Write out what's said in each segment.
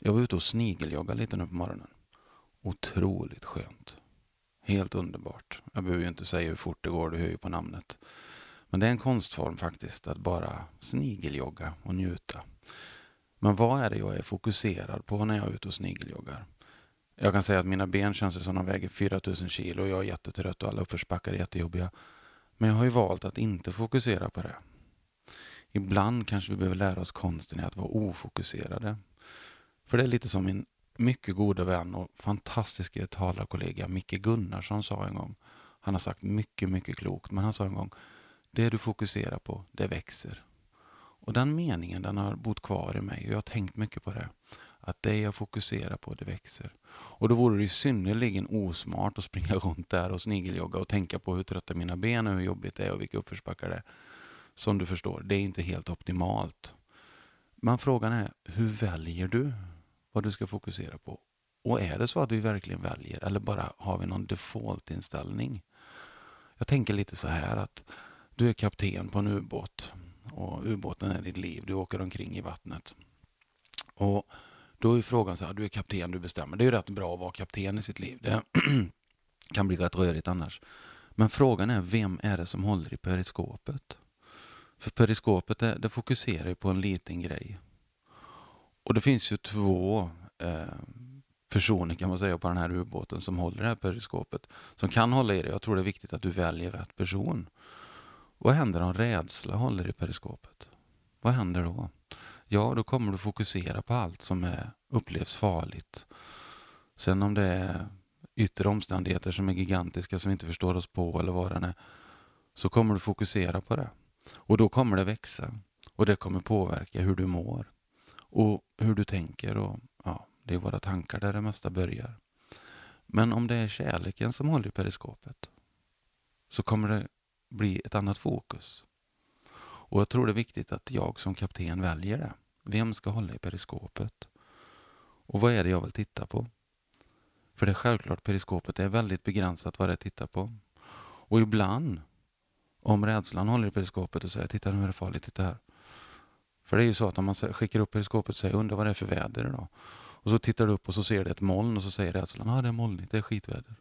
Jag var ute och snigeljoggade lite nu på morgonen. Otroligt skönt. Helt underbart. Jag behöver ju inte säga hur fort det går, du hör ju på namnet. Men det är en konstform faktiskt att bara snigeljogga och njuta. Men vad är det jag är fokuserad på när jag är ute och snigeljoggar? Jag kan säga att mina ben känns som de väger 4000 kilo och jag är jättetrött och alla uppförsbackar är jättejobbiga. Men jag har ju valt att inte fokusera på det. Ibland kanske vi behöver lära oss konsten i att vara ofokuserade. För det är lite som min mycket goda vän och fantastiska talarkollega Micke Gunnarsson sa en gång. Han har sagt mycket, mycket klokt, men han sa en gång: det du fokuserar på, det växer. Och den meningen, den har bott kvar i mig och jag har tänkt mycket på det. Att det jag fokuserar på, det växer. Och då vore det ju synnerligen osmart att springa runt där och snigeljogga och tänka på hur trötta mina ben är, hur jobbigt det är och vilka uppförsbackar det är. Som du förstår, det är inte helt optimalt. Men frågan är, hur väljer du vad du ska fokusera på? Och är det så att du verkligen väljer eller bara har vi någon default-inställning? Jag tänker lite så här att du är kapten på en ubåt och ubåten är ditt liv. Du åker omkring i vattnet. Och då är frågan så här, du är kapten, du bestämmer. Det är ju rätt bra att vara kapten i sitt liv. Det kan bli rätt rörigt annars. Men frågan är, vem är det som håller i periskopet? För periskopet det fokuserar ju på en liten grej. Och det finns ju två personer kan man säga på den här ubåten som håller det här periskopet. Som kan hålla i det. Jag tror det är viktigt att du väljer rätt person. Vad händer om rädsla håller i periskopet? Vad händer då? Ja, då kommer du fokusera på allt som upplevs farligt. Sen om det är yttre omständigheter som är gigantiska som vi inte förstår oss på eller vad den är, så kommer du fokusera på det. Och då kommer det växa. Och det kommer påverka hur du mår. Och hur du tänker. Och ja, det är våra tankar där det mesta börjar. Men om det är kärleken som håller i periskopet, så kommer det bli ett annat fokus. Och jag tror det är viktigt att jag som kapten väljer det. Vem ska hålla i periskopet? Och vad är det jag vill titta på? För det är självklart, periskopet är väldigt begränsat vad det tittar på. Och ibland, om rädslan håller i periskopet och säger, titta nu är det farligt, titta här. För det är ju så att om man skickar upp periskopet och säger, undrar vad det är för väder idag. Och så tittar du upp och så ser det ett moln och så säger rädslan, det är molnigt, det är skitväder.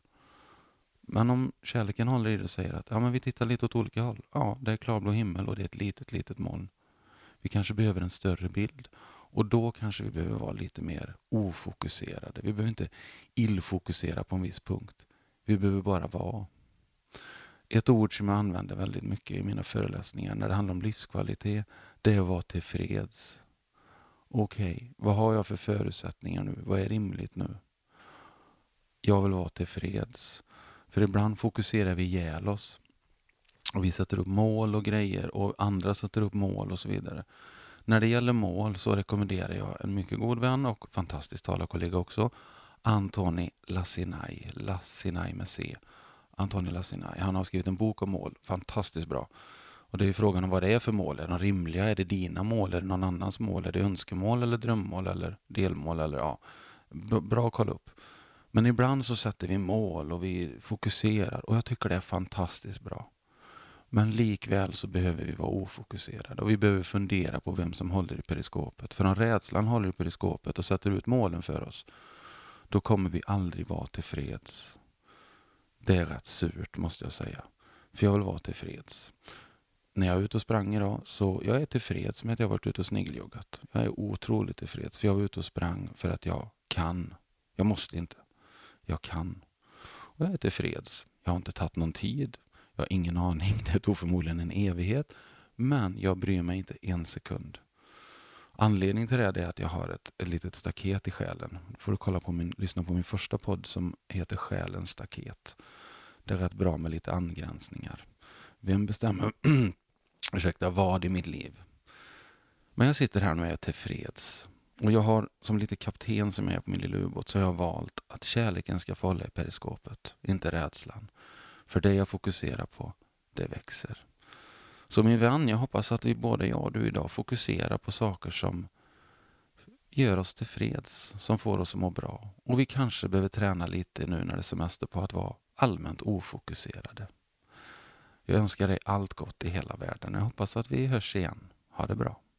Men om kärleken håller i det och säger att men vi tittar lite åt olika håll. Ja, det är klarblå himmel och det är ett litet moln. Vi kanske behöver en större bild. Och då kanske vi behöver vara lite mer ofokuserade. Vi behöver inte illfokusera på en viss punkt. Vi behöver bara vara. Ett ord som jag använder väldigt mycket i mina föreläsningar när det handlar om livskvalitet, det är att vara tillfreds. Okej, vad har jag för förutsättningar nu? Vad är rimligt nu? Jag vill vara tillfreds. För ibland fokuserar vi ihjäl oss. Och vi sätter upp mål och grejer och andra sätter upp mål och så vidare. När det gäller mål så rekommenderar jag en mycket god vän och fantastisk talarkollega också, Antoni Lassinai. Lassinai med C. Antoni Lassinai. Han har skrivit en bok om mål. Fantastiskt bra. Och det är frågan om vad det är för mål. Är de rimliga? Är det dina mål? Är det någon annans mål? Är det önskemål eller drömmål eller delmål? Eller, ja. Bra att kolla upp. Men ibland så sätter vi mål och vi fokuserar. Och jag tycker det är fantastiskt bra. Men likväl så behöver vi vara ofokuserade. Och vi behöver fundera på vem som håller i periskopet. För om rädslan håller i periskopet och sätter ut målen för oss, då kommer vi aldrig vara tillfreds. Det är rätt surt måste jag säga. För jag vill vara tillfreds. När jag är ute och sprang idag så jag är tillfreds med att jag har varit ute och snigeljoggat. Jag är otroligt tillfreds för jag var ute och sprang för att jag kan. Jag måste inte. Jag kan. Och jag är tillfreds. Jag har inte tagit någon tid. Jag har ingen aning. Det tog förmodligen en evighet. Men jag bryr mig inte en sekund. Anledningen till det är att jag har ett litet staket i själen. Då får du lyssna på min första podd som heter Själens staket. Det är rätt bra med lite angränsningar. Vem bestämmer vad i mitt liv? Men jag sitter här nu och är tillfreds. Och jag har som lite kapten som jag är på min lilla ubåt så har jag valt att kärleken ska få hålla i periskopet. Inte rädslan. För det jag fokuserar på, det växer. Så min vän, jag hoppas att vi både jag och du idag fokuserar på saker som gör oss tillfreds, som får oss att må bra. Och vi kanske behöver träna lite nu när det är semester på att vara allmänt ofokuserade. Jag önskar dig allt gott i hela världen. Jag hoppas att vi hörs igen. Ha det bra.